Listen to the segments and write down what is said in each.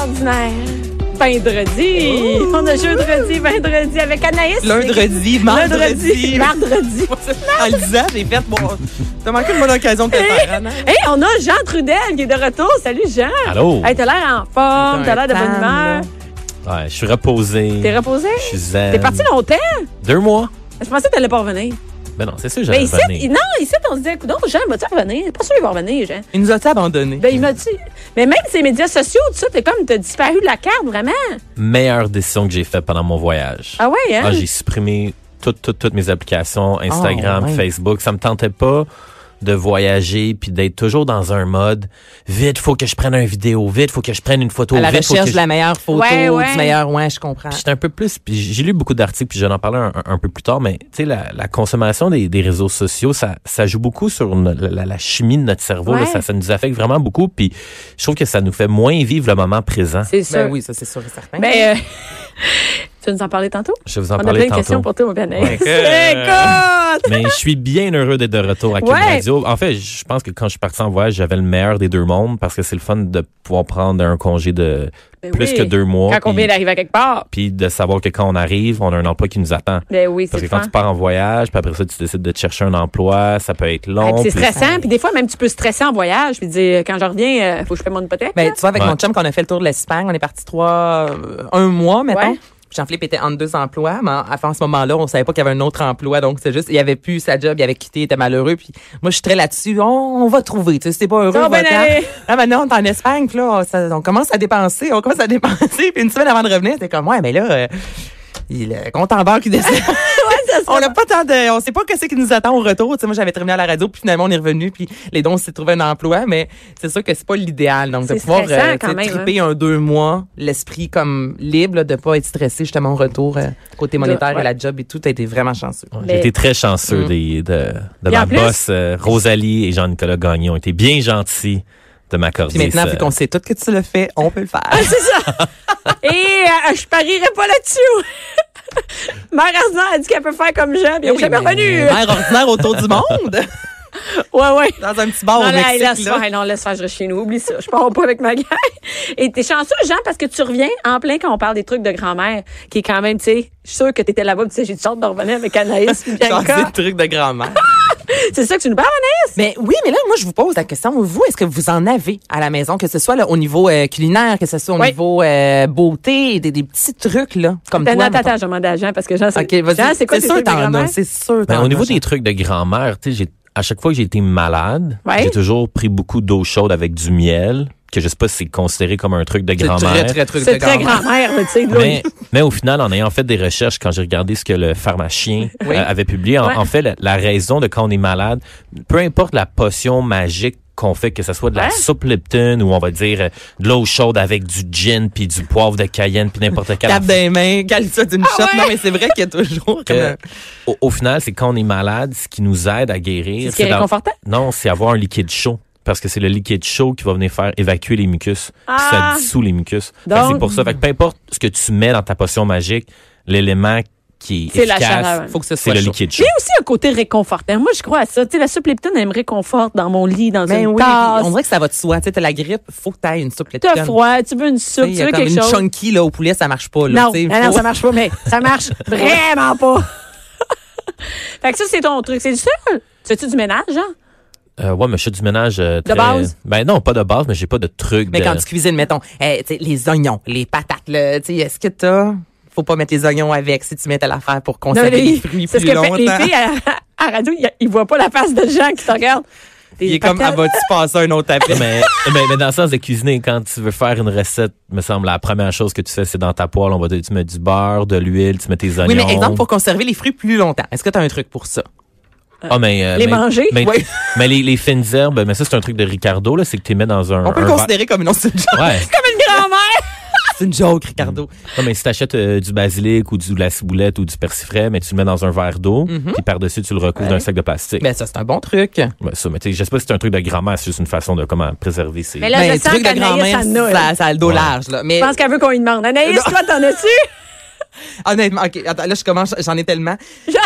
extraordinaire. Vendredi. On a jeudi, vendredi avec Anaïs. Lundi, mardi. En lisant, j'ai fait t'as manqué une bonne occasion de te faire, Anna. Hey, on a Jean Trudel qui est de retour. Salut, Jean. Allô. Hey, t'as l'air en forme, t'as l'air de bonne humeur. Ouais, je suis reposé. T'es reposé? Je suis zen. T'es parti longtemps? 2 mois. Je pensais que t'allais pas revenir. Ben non, c'est sûr que j'allais revenir. Ici, on se disait, écoute, Jean, vas-tu revenir? Pas sûr qu'il va revenir, Jean. Il nous a-tu abandonnés? Ben, il m'a dit. Mais même ces médias sociaux, tout ça, t'as disparu de la carte, vraiment. Meilleure décision que j'ai faite pendant mon voyage. Ah ouais, hein? Ah, j'ai supprimé toutes mes applications, Instagram, Facebook. Ça me tentait pas de voyager puis d'être toujours dans un mode vite, faut que je prenne une vidéo, vite, faut que je prenne une photo, à la vite, recherche de la meilleure photo, du meilleur, je comprends. Puis j'étais un peu plus, puis j'ai lu beaucoup d'articles puis je vais en parler un peu plus tard, mais tu sais la consommation des réseaux sociaux, ça joue beaucoup sur la chimie de notre cerveau, là, ça nous affecte vraiment beaucoup, puis je trouve que ça nous fait moins vivre le moment présent. C'est sûr. Ben oui, ça c'est sûr et certain. Mais tu vas nous en parler tantôt? Je vais vous en On parler a plein de tantôt. questions pour toi, mon bien. Écoute! Mais je suis bien heureux d'être de retour à Cube Radio. En fait, je pense que quand je suis parti en voyage, j'avais le meilleur des deux mondes parce que c'est le fun de pouvoir prendre un congé de plus que 2 mois. Quand on vient d'arriver à quelque part. Puis de savoir que quand on arrive, on a un emploi qui nous attend. Ben oui, parce c'est que quand tu pars en voyage, puis après ça, tu décides de te chercher un emploi, ça peut être long. C'est stressant. Puis des fois, même, tu peux stresser en voyage. Puis dire, quand je reviens, faut que je paie mon hypothèque. Ben, tu vois, avec mon chum, quand on a fait le tour de l'Espagne, on est parti 1 mois, mettons. Ouais. Jean-Philippe était entre 2 emplois, mais à ce moment-là, on savait pas qu'il y avait un autre emploi, donc c'est juste, il avait plus sa job, il avait quitté, il était malheureux, puis moi, je suis très là-dessus, on va trouver, tu sais, si t'es pas heureux, va bien aller. Ah, ben non, on est en Espagne, puis là, on commence à dépenser, puis une semaine avant de revenir, c'était comme, ouais, mais là, le compte en banque, il descend. On n'a pas tant de, on sait pas qu'est-ce qui nous attend au retour. Tu sais, moi, j'avais terminé à la radio, puis finalement, on est revenu, puis les dons s'est trouvé un emploi, mais c'est sûr que c'est pas l'idéal. Donc, de pouvoir triper 2 mois, l'esprit comme libre, là, de pas être stressé justement au retour côté monétaire et la job et tout, t'as été vraiment chanceux. J'ai été très chanceux de ma boss Rosalie et Jean-Nicolas Gagnon ont été bien gentils de m'accorder. Puis maintenant, vu qu'on sait tout que tu le fais, on peut le faire. Ah, c'est ça. Et je parierais pas là-dessus. Mère ordinaire a dit qu'elle peut faire comme Jean, puis elle est jamais revenue. Mère ordinaire autour du monde. Ouais. Dans un petit bar au Mexique. Laisse faire, je reste chez nous. Oublie ça. Je pars pas avec ma gang. Et t'es chanceux, Jean, parce que tu reviens en plein quand on parle des trucs de grand-mère, qui est quand même, tu sais, je suis sûre que t'étais là-bas, tu sais, j'ai du sorte de revenir avec Anaïs puis Bianca. Des trucs de grand-mère. C'est ça que tu nous parles, Anaïs? Mais oui, mais là, moi, je vous pose la question. Vous, est-ce que vous en avez à la maison, que ce soit là, au niveau culinaire, que ce soit au niveau beauté, des petits trucs, là, comme toi? Attends, je demande à Jean, parce que Jean, c'est c'est quoi tes trucs de grand-mère? C'est sûr, au niveau des trucs de grand-mère, tu sais, à chaque fois que j'ai été malade, j'ai toujours pris beaucoup d'eau chaude avec du miel, que je sais pas si c'est considéré comme un truc de grand-mère. C'est très grand-mère, tu sais. Mais au final, en ayant fait des recherches, quand j'ai regardé ce que le pharmacien avait publié, en fait, la raison de quand on est malade, peu importe la potion magique qu'on fait, que ce soit de la soupe Lipton ou on va dire de l'eau chaude avec du gin puis du poivre de Cayenne puis n'importe quel. Tape des mains, cale ça d'une shot. Non, mais c'est vrai qu'il y a toujours au final, c'est quand on est malade, ce qui nous aide à guérir. C'est ce qui est réconfortant? Non, c'est avoir un liquide chaud. Parce que c'est le liquide chaud qui va venir faire évacuer les mucus. Puis ça dissout les mucus. C'est pour ça. Fait que peu importe ce que tu mets dans ta potion magique, l'élément qui est efficace, la chaleur. Faut que ce soit le liquide chaud. Il y a aussi un côté réconfortant. Moi, je crois à ça. Tu sais, la soupe Lipton, elle me réconforte dans mon lit, dans une tasse. On dirait que ça va de soi. Tu sais, t'as la grippe, faut que t'ailles une soupe Lipton. T'as froid, tu veux une soupe, tu veux quelque chose. Une chunky, là, au poulet, ça marche pas, là. Non, ça marche pas, mais ça marche vraiment pas. Fait que ça, c'est ton truc. C'est du seul. Tu fais-tu du ménage, genre? Ouais, mais je fais du ménage très... De base? Ben non, pas de base, mais j'ai pas de truc. Mais quand tu cuisines, mettons, les oignons, les patates, là, tu sais, est-ce que faut pas mettre les oignons avec si tu mets à l'affaire pour conserver les fruits plus longtemps? Les filles à radio, ils voient pas la face de gens qui te regardent. Il est comme, vas-tu passer un autre après? mais dans le sens de cuisiner, quand tu veux faire une recette, me semble, la première chose que tu fais, c'est dans ta poêle, on va dire, tu mets du beurre, de l'huile, tu mets tes oignons. Oui, mais exemple, pour conserver les fruits plus longtemps, est-ce que tu as un truc pour ça? Manger? Mais les fines herbes, mais ça, c'est un truc de Ricardo, là, c'est que tu les mets dans un... On peut le considérer comme une autre joke. Ouais. Comme une grand-mère! C'est une joke, Ricardo. Non, mais si t'achètes du basilic ou de la ciboulette ou du persifrais, mais tu le mets dans un verre d'eau, puis par-dessus, tu le recouvres d'un sac de plastique. Ben, ça, c'est un bon truc. Ben, ça, mais tu sais, je sais pas si c'est un truc de grand-mère, c'est juste une façon de comment préserver ses... Mais là, je sens truc de grand-mère, ça a le dos large, là. Mais... Je pense qu'elle veut qu'on lui demande. Anaïs, toi, t'en as-tu? Honnêtement, OK, attends, là, je commence, j'en ai tellement.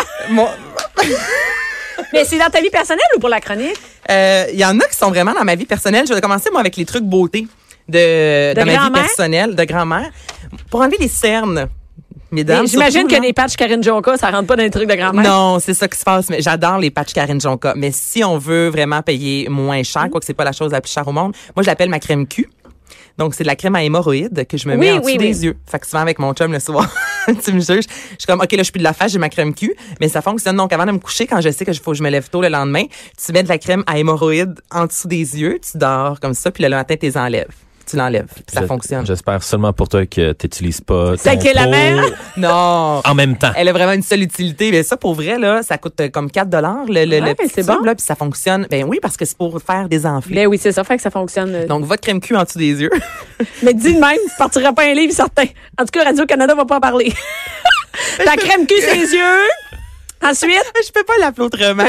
Mais c'est dans ta vie personnelle ou pour la chronique? Il y en a qui sont vraiment dans ma vie personnelle. Je vais commencer, moi, avec les trucs beauté. dans ma vie grand-mère? personnelle, de grand-mère, pour enlever les cernes. Mesdames, j'imagine surtout, que les patchs Karine Jonca, ça rentre pas dans les trucs de grand-mère. Non, c'est ça qui se passe. Mais j'adore les patchs Karine Jonca. Mais si on veut vraiment payer moins cher, quoique c'est pas la chose la plus chère au monde, moi, je l'appelle ma crème Q. Donc, c'est de la crème à hémorroïdes que je me mets en dessous des yeux. Fait que souvent, avec mon chum le soir, tu me juges, je suis comme, OK, là, je suis plus de la face, j'ai ma crème Q. Mais ça fonctionne. Donc, avant de me coucher, quand je sais qu'il faut que je me lève tôt le lendemain, tu mets de la crème à hémorroïdes en dessous des yeux, tu dors comme ça, puis le matin, tu les enlèves. Tu l'enlèves. Ça fonctionne. J'espère seulement pour toi que tu n'utilises pas. C'est qui la mère? Non. En même temps. Elle a vraiment une seule utilité. Mais ça, pour vrai, là, ça coûte comme $4 le petit c'est tube, bon. là, puis ça fonctionne. Ben oui, parce que c'est pour faire des enflures. Ben oui, c'est ça, fait que ça fonctionne. Donc, votre crème Q en dessous des yeux. Mais dis de même, tu partiras pas un livre certain. En tout cas, Radio-Canada va pas en parler. Ta crème Q sur les yeux. Ensuite. Je peux pas l'appeler autrement.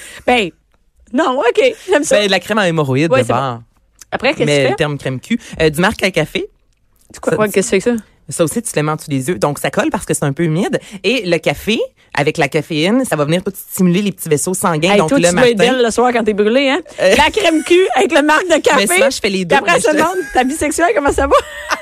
Non, OK, j'aime ça. Ben, de la crème à hémorroïdes, Ouais, de bord. bon. Après, qu'est-ce que tu Mais fais? le terme crème Q. Du marc à café. C'est quoi, qu'est-ce que tu fais avec ça? Ça aussi, tu le mets en dessous des yeux. Donc, ça colle parce que c'est un peu humide. Et le café, avec la caféine, ça va venir tout stimuler les petits vaisseaux sanguins. Hey, donc, toi, le tu matin. dois être belle le soir quand t'es brûlée, hein? La crème Q avec le marque de café. Mais souvent, je fais les deux. Puis après, mais ça demande, ta vie sexuelle, comment ça va?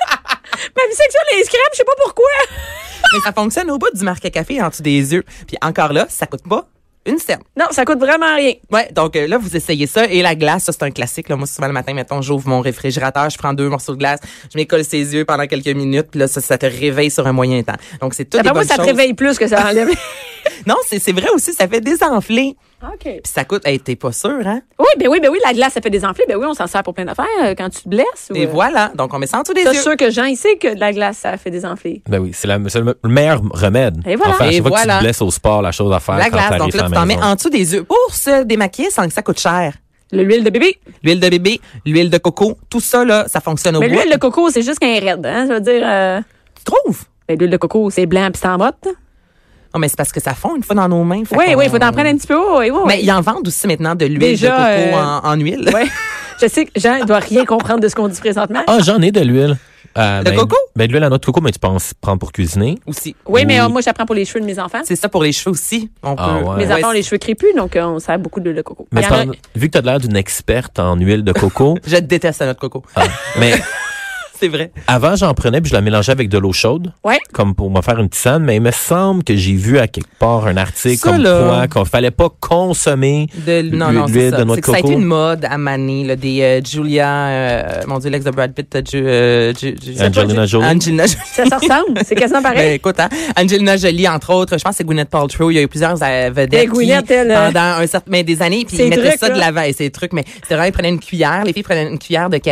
Ma vie sexuelle est scrap, je sais pas pourquoi. Mais ça fonctionne au bout du marc à café en dessous des yeux. Puis encore là, ça coûte pas une scène. Non, ça coûte vraiment rien. Ouais, donc là, vous essayez ça. Et la glace, ça, c'est un classique. Là. Moi, souvent, le matin, mettons, j'ouvre mon réfrigérateur, je prends 2 morceaux de glace, je m'écolle ses yeux pendant quelques minutes, puis là, ça te réveille sur un moyen temps. Donc, c'est tout des bonnes moi, ça te choses. réveille plus que ça enlève. Non, c'est vrai aussi, ça fait désenfler. OK. Puis ça coûte, hey, t'es pas sûr, hein? Oui, la glace, ça fait désenfler. Ben oui, on s'en sert pour plein d'affaires quand tu te blesses. Et voilà. Donc, on met ça en dessous des C'est yeux. sûr que Jean, il sait que de la glace, ça fait désenfler. Ben oui, c'est le meilleur remède. Et voilà. Enfin, à Et chaque fois que tu voilà. te blesses au sport, la chose à faire La quand glace. t'arrives Donc là, à tu la t'en mets maison. en dessous des yeux pour se démaquiller sans que ça coûte cher. L'huile de bébé. L'huile de bébé, l'huile de coco, tout ça, là, ça fonctionne au Mais bout. l'huile de coco, c'est juste qu'un raide, hein? Ça veut dire, Tu trouves? ben, l'huile de coco, c'est blanc pis c'est en motte. Non, mais c'est parce que ça fond une fois dans nos mains. Fait Oui, qu'on- il faut en prendre un petit peu. Oui. Mais ils en vendent aussi maintenant de l'huile de Déjà, coco en huile. Ouais. Je sais que Jean ne doit rien comprendre de ce qu'on dit présentement. Ah, j'en ai de l'huile. De coco? Ben, de l'huile à noix de coco, mais tu penses prendre pour cuisiner. Aussi. Oui, mais Oui. moi, j'apprends pour les cheveux de mes enfants. C'est ça pour les cheveux aussi. On peut. Ah, ouais. Mes enfants ont les cheveux crépus, donc on sert beaucoup d'huile de coco. Mais Il y en a- vu que tu as l'air d'une experte en huile de coco, Je déteste la noix de coco. mais C'est vrai. avant, j'en prenais puis je la mélangeais avec de l'eau chaude. Ouais. Comme pour me faire une tisane, mais il me semble que j'ai vu à quelque part un article Ça, comme là. quoi qu'on fallait pas consommer Non, c'est l'huile ça. de noix C'est de que ça a été coco. une mode à Mané, là, des Julia, mon Dieu, l'ex de Brad Pitt, Angelina Jolie. Angelina Jolie. Ça ressemble. C'est quasiment Ben, pareil. écoute, hein, Angelina Jolie, entre autres, je pense que c'est Gwyneth Paltrow. Il y a eu plusieurs vedettes Et Gwyneth, qui, elle, pendant un certain, mais des années, puis Ces ils mettaient trucs, ça de là. l'avant. Et ces trucs, mais c'est vrai, ils prenaient une cuillère. Les filles prenaient une cuillère d'huile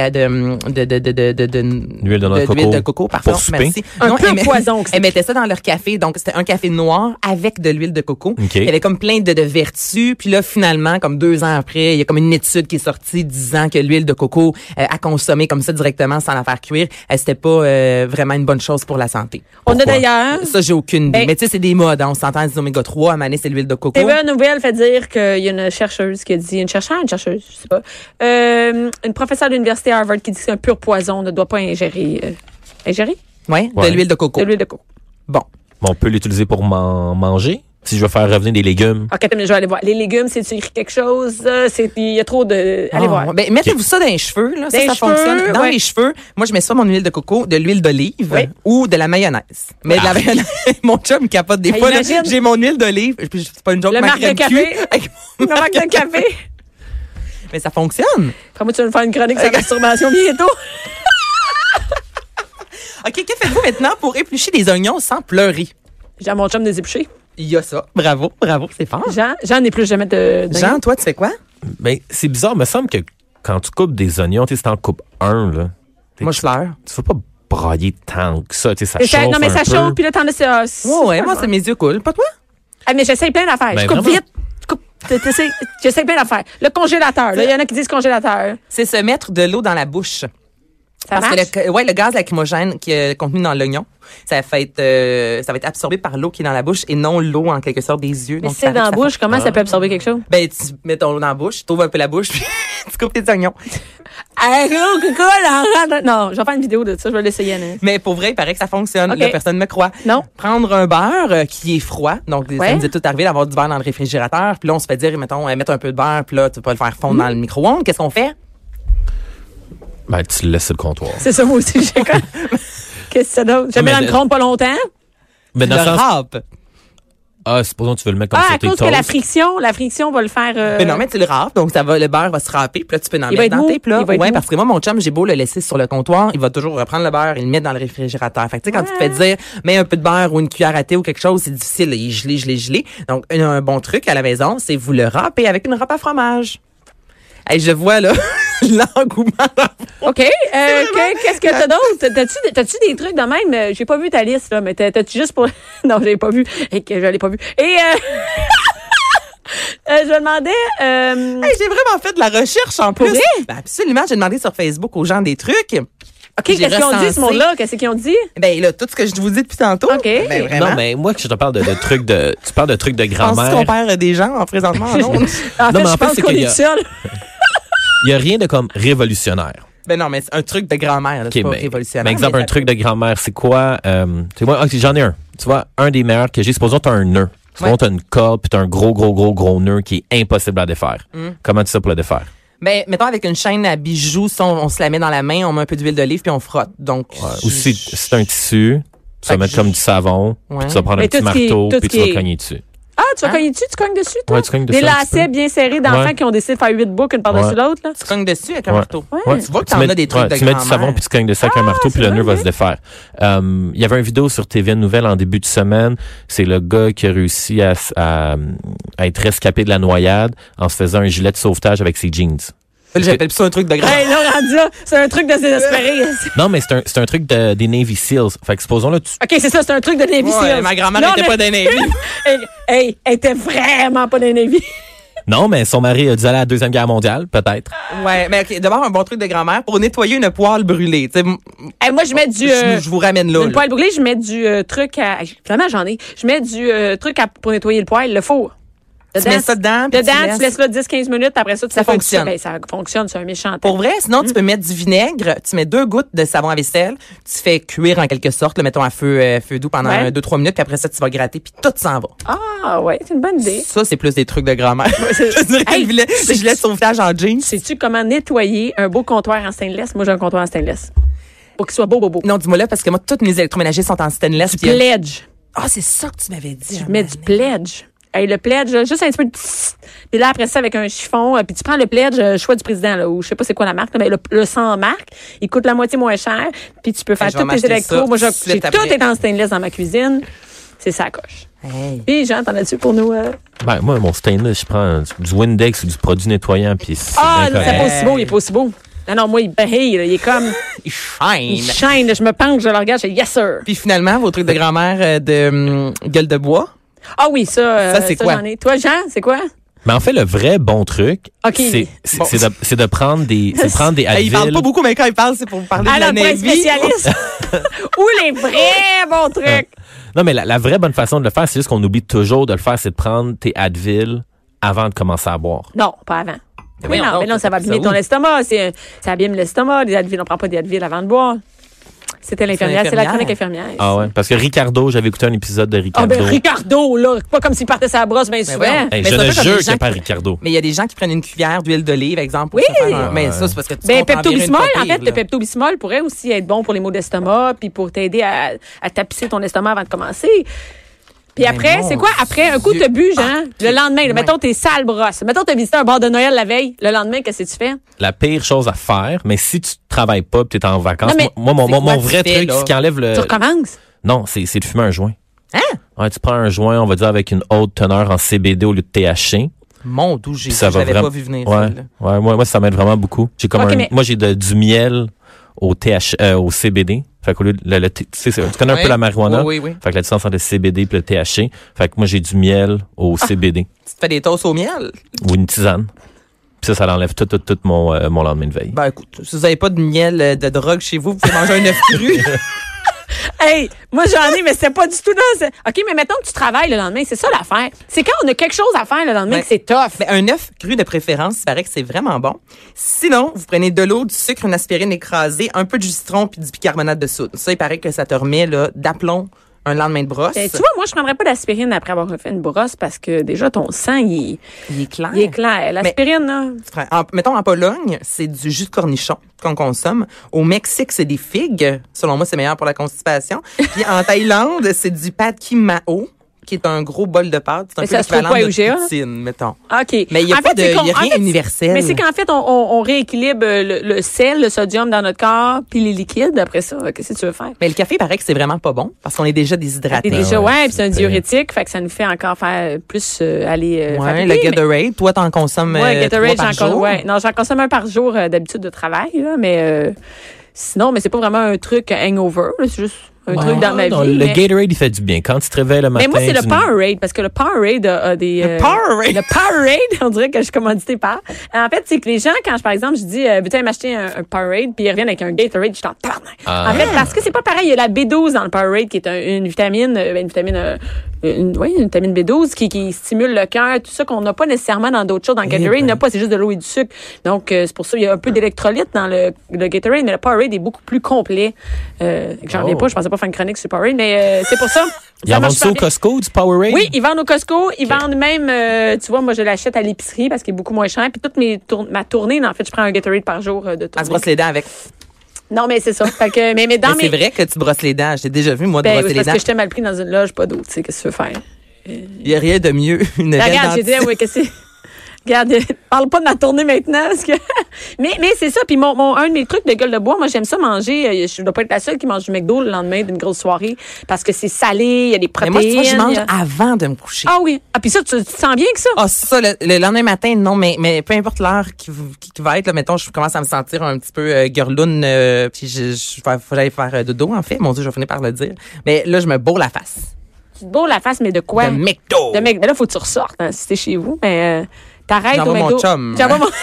L'huile de noix de coco. de coco, pardon, Pour souper. merci. Un peu elles poison que c'est. elles mettaient ça dans leur café. Donc, c'était un café noir avec de l'huile de coco. OK. Il y avait comme plein de vertus. Puis là, finalement, comme 2 ans après, il y a comme une étude qui est sortie disant que l'huile de coco à consommer comme ça directement sans la faire cuire, c'était pas vraiment une bonne chose pour la santé. On a Pourquoi? d'ailleurs. Ça, j'ai aucune idée. Ben- Mais tu sais, c'est des modes. Hein. On s'entend des oméga 3. À Mané, c'est l'huile de coco. TVA Nouvelle fait dire qu'il y a une chercheuse qui a dit, une chercheuse, je sais pas, une professeure de l'université Harvard qui dit que c'est un pur poison, ne doit pas ingérer. Ingérer? Ouais, Ouais. de l'huile de coco. De l'huile de coco. Bon. On peut l'utiliser pour manger. Si je veux faire revenir des légumes. OK, attends, mais je vais aller voir. Les légumes, c'est-tu écrit quelque chose? Il y a trop de. Allez Ah, voir. Ben, mettez-vous ça dans les cheveux, là. Dans les Ça cheveux, fonctionne. Dans ouais. les cheveux, moi, je mets soit mon huile de coco, de l'huile d'olive Oui. ou de la mayonnaise. Mais de la mayonnaise, mon chum capote des Ah, fois, là. imagine. J'ai mon huile d'olive, puis c'est pas une joke, Le ma marque de crème café. Q avec mon Le marque de café. Mais ça fonctionne. Après, moi, tu vas me faire une chronique sur la masturbation bientôt. OK, que faites-vous maintenant pour éplucher des oignons sans pleurer? J'ai à mon chum des épluchés. Il y a ça. Bravo, c'est fort. Jean n'est plus jamais de. Jean, toi, tu fais quoi? Ben, c'est bizarre. Il me semble que quand tu coupes des oignons, tu sais, si t'en coupes un, là. Moi, je pleure. Tu vas pas brailler tant que ça. Tu sais, ça Mais chauffe non, mais ça un peu. chauffe, puis là, t'en as. Ouais, moi, c'est mes yeux coulent. Pas toi? Ah, mais j'essaye plein d'affaires. Ben, Je coupe vraiment? vite. Je coupe. J'essaye plein d'affaires. Le congélateur. Là, il y en a qui disent congélateur. C'est se mettre de l'eau dans la bouche. Ça Parce marche? que le gaz lacrymogène qui est contenu dans l'oignon, ça va être absorbé par l'eau qui est dans la bouche et non l'eau en quelque sorte des yeux. Mais Donc, si c'est dans la ça bouche, comment ça peut absorber quelque chose? Ben, tu mets ton eau dans la bouche, tu ouvres un peu la bouche, puis tu coupes tes oignons. Non, je vais faire une vidéo de ça, je vais l'essayer, Anna. Mais pour vrai, il paraît que ça fonctionne. OK. Là, personne ne me croit. Non. Prendre un beurre qui est froid. Donc, Ouais. ça nous est tout arrivé d'avoir du beurre dans le réfrigérateur. Puis là, on se fait dire, mettons, mettre un peu de beurre, puis là, tu peux pas le faire fondre dans le micro-ondes. Qu'est-ce qu'on fait? Ben, tu le laisses sur le comptoir. C'est ça, moi aussi. Qu'est-ce que c'est d'autre? J'ai mis dans le micro-ondes pas longtemps. Mais dans le le sens... râpes. Ah, supposons que tu veux le mettre comme sur à tes cause toasts. que la friction va le faire... Ben non, mais tu le râpes, donc le beurre va se râper, puis là, tu peux en Il va mettre être dans mou, tes plats. il va être Ouais, mou. parce que moi, mon chum, j'ai beau le laisser sur le comptoir, il va toujours reprendre le beurre et le mettre dans le réfrigérateur. Fait que, tu sais, quand tu te fais dire, mets un peu de beurre ou une cuillère à thé ou quelque chose, c'est difficile, il est gelé. Donc, un bon truc à la maison, c'est vous le râpez avec une râpe à fromage. Hey, je vois, là, l'engouement. OK. Qu'est-ce que t'as d'autre? T'as-tu des trucs de même? J'ai pas vu ta liste, là, mais t'as-tu juste pour... Non, je l'ai pas vu. Et que je l'ai pas vu. Et, je me demandais... Hey, j'ai vraiment fait de la recherche en plus. vrai? Ben, absolument, j'ai demandé sur Facebook aux gens des trucs. OK, qu'est-ce qu'ils ont dit, ce monde-là? Qu'est-ce qu'ils ont dit? Ben là, tout ce que je vous dis depuis tantôt. OK. Ben, vraiment. Non, mais moi, que je te parle de trucs de... Tu parles de trucs de Penses-tu grand-mère. qu'on perd des gens présentement en ondes? En Non, mais fait, en je fait, pense c'est qu'on qu'il y est a- seul. Il y a rien de comme révolutionnaire. Ben non, mais c'est un truc de grand-mère, là, c'est pas révolutionnaire. Mais exemple, mais un truc de grand-mère, c'est quoi? Tu vois, ok, j'en ai un. Tu vois, un des meilleurs que j'ai, supposons t'as un nœud. Supposons t'as une corde puis t'as un gros nœud qui est impossible à défaire. Comment tu sais pour le défaire? Ben, mettons, avec une chaîne à bijoux, on se la met dans la main, on met un peu d'huile d'olive puis on frotte. Donc, Ou si c'est un tissu, tu vas mettre comme du savon, Ouais. puis tu vas prendre Mais un petit tout ce qui est- marteau, tout puis ce tu qui vas est- cogner dessus. Ah, tu vas cogner dessus? Tu cognes dessus, toi? Ouais, tu cognes dessus Des un petit lacets peu. bien serrés d'enfants Ouais. qui ont décidé de faire 8 boucles une par-dessus Ouais. l'autre, là. tu cognes dessus avec un Ouais. marteau. Ouais. Tu vois que Tu t'en mets- as des trucs ouais, de tu mets du grand-mère. savon puis tu cognes dessus avec un marteau puis le nœud va se défaire. Il y avait une vidéo sur TVA Nouvelle en début de semaine. C'est le gars qui a réussi à être rescapé de la noyade en se faisant un gilet de sauvetage avec ses jeans. J'appelle plus ça un truc de grand-mère. Hey, là, rendu là, c'est un truc de désespéré. Non, mais c'est un truc des Navy Seals. Fait que supposons là, tu... OK, c'est ça, c'est un truc de Navy Ouais, Seals. ma grand-mère Non, était mais- pas d'un Navy. Hey, elle était vraiment pas dans Navy. Non, mais son mari a dû aller à la Deuxième Guerre mondiale, peut-être. Ouais, mais OK, d'abord, un bon truc de grand-mère pour nettoyer une poêle brûlée. Tu sais, Hey, moi, je mets du... je vous ramène là. Une là. poêle brûlée, je mets du truc à... Finalement, j'en ai. Je mets du truc pour nettoyer le poêle, le four. Tu mets ça dedans, puis Dedans, tu tu laisses là 10-15 minutes, puis après ça, tu Ça fais un petit- fonctionne. Ben, ça fonctionne, c'est un méchant temps. Pour vrai, sinon, tu peux mettre du vinaigre, tu mets 2 gouttes de savon à vaisselle, tu fais cuire en quelque sorte, le mettons à feu doux pendant Ouais. 2-3 minutes, puis après ça, tu vas gratter, puis tout s'en va. Ah, ouais, c'est une bonne idée. Ça, c'est plus des trucs de grand-mère. c'est- Je dirais Hey, le gilet de sauvetage en jeans. Sais-tu comment nettoyer un beau comptoir en stainless? Moi, j'ai un comptoir en stainless. Pour qu'il soit beau. Non, dis-moi là, parce que moi, tous mes électroménagers sont en stainless. Du puis il y a- pledge. Ah, c'est ça que tu m'avais dit. Je mets du pledge. Hey, le pledge, juste un petit peu de tss. Puis là, après ça, avec un chiffon, puis tu prends le pledge, choix du président, là, ou je sais pas c'est quoi la marque, là, mais le sans marque, il coûte la moitié moins cher, puis tu peux faire je vais tous tes m'acheter électros. ça Moi, tout de suite j'ai tout après. est en stainless dans ma cuisine. C'est ça, coche. Hey. Puis, Jean, t'en as-tu pour nous? Ben, moi, mon stainless, je prends du Windex ou du produit nettoyant, puis c'est Ah, bien non, c'est correct. pas aussi beau, il est pas aussi beau. Non, moi, il brille, là, il est comme, Il shine. il shine, là, je me penche, je le regarde, je dis yes, sir. Puis finalement, vos trucs de grand-mère de gueule de bois. Ah oui, ça c'est quoi? j'en ai. Toi, Jean, c'est quoi? Mais en fait, le vrai bon truc, OK. c'est de prendre des Hey, il parle Advil. pas beaucoup, mais quand il parle, c'est pour vous parler de la Alors, pour être Navy. spécialiste. Ou les vrais bons trucs. Non, mais la vraie bonne façon de le faire, c'est juste qu'on oublie toujours de le faire, c'est de prendre tes Advil avant de commencer à boire. Non, pas avant. Mais Mais voyons non, donc, ça va ça abîmer où? ton estomac. Ça abîme l'estomac. Des Advil, on prend pas des Advil avant de boire. C'était l'infirmière, c'est la l'infirmière. chronique infirmière. Ah ouais? Parce que Ricardo, j'avais écouté un épisode de Ah Ricardo. ben Ricardo, là, pas comme s'il partait sa brosse bien souvent. voyons. Hey, Mais je c'est un ne peu comme jure les qu'il n'y a gens pas qui- Ricardo. Mais il y a des gens qui prennent une cuillère d'huile d'olive, exemple, pour Oui. se faire un... Mais ça, c'est parce que tu Ben, comptes en virer une Pepto-Bismol, pas en pire, fait, le là. Pepto-Bismol pourrait aussi être bon pour les maux d'estomac, puis pour t'aider à tapisser ton estomac avant de commencer. Puis Mais après, mon c'est quoi? Après, un coup, Dieu. t'as bu, Jean, Ah, le lendemain, là, ouais. mettons, t'es sale brosse. Mettons, t'as visité un bar de Noël la veille. Le lendemain, qu'est-ce que tu fais? La pire chose à faire, mais si tu travailles pas tu es en vacances, Non, mais moi, c'est quoi mon tu vrai fais, truc, là? ce qui enlève le... Tu recommences? Non, c'est de fumer un joint. Hein? Ouais, tu prends un joint, on va dire avec une haute teneur en CBD au lieu de THC. Mon Dieu, Puis ça je va l'avais vraiment... pas vu venir. Ouais, celle-là. ouais, moi, ça m'aide vraiment beaucoup. J'ai comme Ok, mais- moi, j'ai du miel au au CBD. Fait qu'au lieu de tu sais, tu connais un Ouais. peu la marijuana? Oui, oui, oui. Fait que la différence entre le CBD et le THC. Fait que moi, j'ai du miel au CBD. Tu te fais des toasts au miel? Ou une tisane. Puis ça l'enlève tout mon lendemain de veille. Ben, écoute, si vous avez pas de miel de drogue chez vous, vous pouvez manger un œuf cru. Hey, moi j'en ai, mais c'est pas du tout dans. OK, mais mettons que tu travailles le lendemain, c'est ça l'affaire. C'est quand on a quelque chose à faire le lendemain Ben, que c'est tough. Ben, un œuf cru de préférence, il paraît que c'est vraiment bon. Sinon, vous prenez de l'eau, du sucre, une aspirine écrasée, un peu de jus de citron puis du bicarbonate de soude. Ça, il paraît que ça te remet là d'aplomb un lendemain de brosse. Tu vois, moi, je prendrais pas d'aspirine après avoir fait une brosse parce que déjà, ton sang, il est clair. Il est clair. L'aspirine, là. Mettons, en Pologne, c'est du jus de cornichon qu'on consomme. Au Mexique, c'est des figues. Selon moi, c'est meilleur pour la constipation. Puis en Thaïlande, c'est du pad ki mao, qui est un gros bol de pâte. C'est un peu l'équivalent de poutine, mettons. OK. Mais il y a rien universel. Mais c'est qu'en fait, on rééquilibre le sel, le sodium dans notre corps, puis les liquides. Après ça, qu'est-ce que tu veux faire? Mais le café, il paraît que c'est vraiment pas bon, parce qu'on est déjà déshydraté. Déjà, puis c'est un diurétique, fait que ça nous fait encore faire plus aller le Gatorade, toi, t'en consommes 3 par jour? Non, j'en consomme 1 par jour d'habitude de travail, là, mais sinon, mais c'est pas vraiment un truc hangover, là, c'est juste un truc dans ma vie. Le Gatorade, il fait du bien. Quand tu te réveilles le matin. Mais moi, c'est le Powerade, parce que le Powerade a des... Le Powerade? Le Powerade, on dirait que je suis commanditée par. En fait, c'est que les gens, quand, par exemple, je dis, veux-tu aller m'acheter un Powerade, puis ils reviennent avec un Gatorade, je t'en parle. En fait, parce que c'est pas pareil. Il y a la B12 dans le Powerade, qui est une vitamine une vitamine B12 qui stimule le cœur, tout ça qu'on n'a pas nécessairement dans d'autres choses. Dans le Gatorade, il n'y en a pas, c'est juste de l'eau et du sucre. Donc, c'est pour ça qu'il y a un peu d'électrolytes dans le Gatorade, mais le Powerade est beaucoup plus complet. J'en reviens pas, je pensais pas faire une chronique sur Powerade, mais c'est pour ça. Ils en vendent ça au Costco, du Powerade? Oui, ils vendent au Costco. Ils vendent même, tu vois, moi, je l'achète à l'épicerie parce qu'il est beaucoup moins cher. Puis toute ma tournée, en fait, je prends un Gatorade par jour de tournée. Elle se brosse les dents avec. Non, mais c'est ça. Fait que, mais c'est vrai que tu brosses les dents. J'ai déjà vu, moi, de brosser les dents. Parce que j'étais mal pris dans une loge, pas d'eau. Tu sais, qu'est-ce que tu veux faire? Il n'y a rien de mieux. Regarde, j'ai dit, oui, qu'est-ce que c'est? Regarde, parle pas de ma tournée maintenant. Parce que... mais c'est ça. Puis un de mes trucs de gueule de bois, moi, j'aime ça manger. Je dois pas être la seule qui mange du McDo le lendemain d'une grosse soirée parce que c'est salé, il y a des protéines. Mais moi, tu vois, je mange avant de me coucher. Ah oui. Ah, puis ça, tu sens bien que ça? Ah, ça, le lendemain matin, non, mais peu importe l'heure qui va être, là, mettons, je commence à me sentir un petit peu girloune, puis faut que j'aille faire dodo, en fait. Mon Dieu, je vais finir par le dire. Mais là, je me bourre la face. Tu te bourres la face, mais de quoi? De McDo. Mais là, faut que tu ressortes, hein, si t'es chez vous. Mais t'arrêtes au McDo. Mon chum.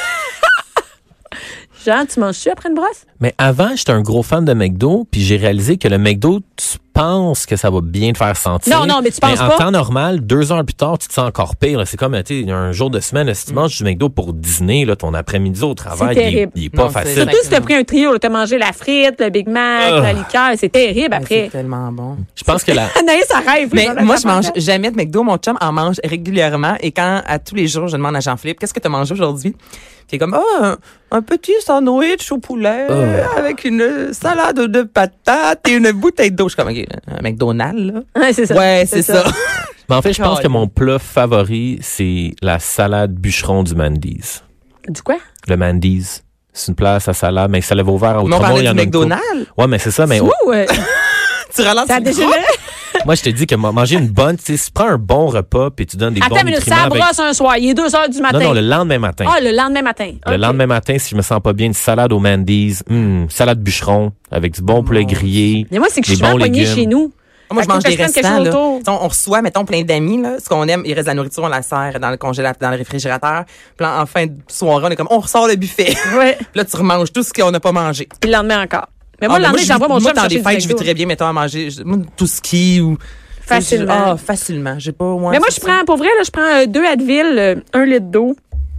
Jean, tu manges-tu après une brosse? Mais avant, j'étais un gros fan de McDo, puis j'ai réalisé que le McDo, tu penses que ça va bien te faire sentir. Non, mais tu penses pas. En temps normal, 2 heures plus tard, tu te sens encore pire. Là. C'est comme, tu sais, un jour de semaine, là, si tu manges du McDo pour dîner, là, ton après-midi au travail, il est pas facile. Surtout si t'as pris un trio, t'as mangé la frite, le Big Mac, la liqueur, c'est terrible après. C'est tellement bon. Je pense que Anaïs, ça rêve. Mais moi, je mange jamais de McDo. Mon chum en mange régulièrement. Et quand, à tous les jours, je demande à Jean-Philippe, qu'est-ce que tu as mangé aujourd'hui? Puis il est comme, un petit sandwich au poulet avec une salade de patates et une bouteille d'eau. Je suis comme, OK, un McDonald's, là. Ouais, c'est ça. Ouais, c'est ça. Mais en fait, je pense que mon plat favori, c'est la salade bûcheron du Mandy's. Du quoi? Le Mandy's. C'est une place à salade, mais ça lève au vert. Mais on parlait du McDonald's? Ouais, mais c'est ça, mais... Tu ralentis. Ça a dégénéré? Moi, je te dis que manger une bonne, tu sais, prends un bon repas puis tu donnes des bons nutriments. Attends, mais ça brosse un soir, il est 2 heures du matin. Non, le lendemain matin. Ah, le lendemain matin. Le lendemain matin, si je me sens pas bien, une salade au Mandy's, salade bûcheron avec du bon poulet grillé. Mais moi, c'est que je suis vraiment poignée chez nous. Moi, je mange des restants, là. On reçoit, mettons, plein d'amis, là. Ce qu'on aime, il reste de la nourriture, on la sert dans le congélateur, dans le réfrigérateur. Puis là, en fin de soirée, on est comme, on ressort le buffet. Ouais. Là, tu remanges tout ce qu'on n'a pas mangé. Puis le lendemain encore. Mais moi, le lendemain, j'envoie mon chum dans chercher des fêtes, je vis très bien, mettons, à manger tout ski ou... Facilement. Facilement. J'ai pas... Mais moi, je prends, pour vrai, là, je prends 2 Advil, 1 litre d'eau,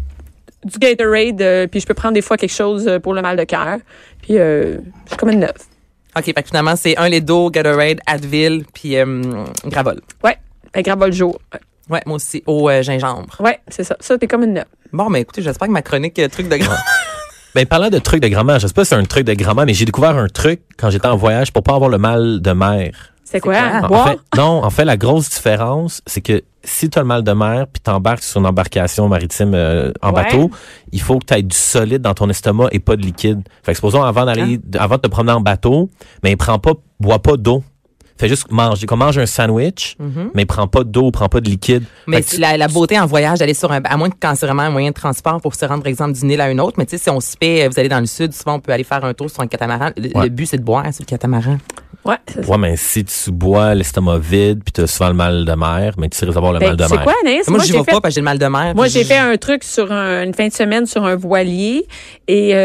du Gatorade, puis je peux prendre des fois quelque chose pour le mal de cœur. Puis, je suis comme une neuve. OK, fait que finalement, c'est 1 litre d'eau, Gatorade, Advil, puis Gravol. Ouais, Gravol jour. Ouais, moi aussi, au gingembre. Ouais, c'est ça. Ça, t'es comme une neuve. Bon, mais écoutez, j'espère que ma chronique truc de grand-mère... Ben, parlant de trucs de grand-mère, je sais pas si c'est un truc de grand-mère, mais j'ai découvert un truc quand j'étais en voyage pour pas avoir le mal de mer. C'est quoi? Boire? En fait, la grosse différence, c'est que si tu as le mal de mer puis t'embarques sur une embarcation maritime en bateau, il faut que tu aies du solide dans ton estomac et pas de liquide. Fait que supposons avant de te promener en bateau, mais bois pas d'eau. Fais juste manger, comme mange un sandwich, mais prends pas d'eau, prends pas de liquide. Mais la beauté en voyage, d'aller sur à moins que quand c'est vraiment un moyen de transport pour se rendre, par exemple, d'une île à une autre, mais tu sais, si on se fait, vous allez dans le sud, souvent on peut aller faire un tour sur un catamaran. Le but, c'est de boire sur le catamaran. Ouais, c'est ça. Ouais, mais si tu bois l'estomac vide puis tu as souvent le mal de mer, mais tu risques d'avoir le mal de mer. C'est quoi, Anaïs? Moi, j'y vais pas parce que j'ai le mal de mer. Moi, j'ai fait un truc sur une fin de semaine sur un voilier et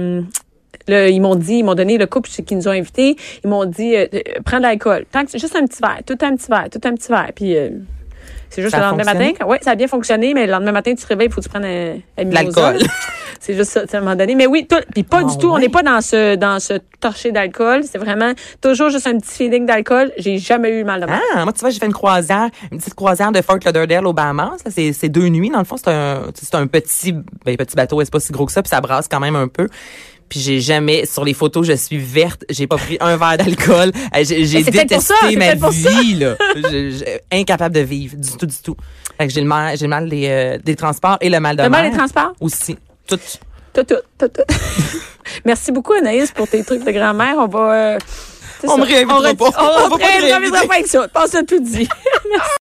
là, ils m'ont donné le couple qui nous ont invités, ils m'ont dit prends de l'alcool, juste un petit verre, tout un petit verre. Puis C'est juste le lendemain matin. Oui, ça a bien fonctionné, mais le lendemain matin, tu te réveilles, il faut que tu prennes un l'alcool. C'est juste ça, à un moment donné. Mais oui, puis pas du tout. On n'est pas dans ce torché d'alcool. C'est vraiment toujours juste un petit feeling d'alcool. J'ai jamais eu mal de ventre. Moi, tu vois, j'ai fait une petite croisière de Fort Lauderdale aux Bahamas. C'est 2 nuits. Dans le fond, c'est un petit bateau. C'est pas si gros que ça, puis ça brasse quand même un peu. Puis j'ai jamais, sur les photos, je suis verte. J'ai pas pris un verre d'alcool. J'ai détesté ma vie, là. Incapable de vivre. Du tout. Fait que j'ai le mal des transports et le mal de mer. Le mal des transports? Aussi. Tout. Merci beaucoup, Anaïs, pour tes trucs de grand-mère. On va, on me réinvitera pas. On me réinvitera pas avec ça. Pense à tout dit. Merci.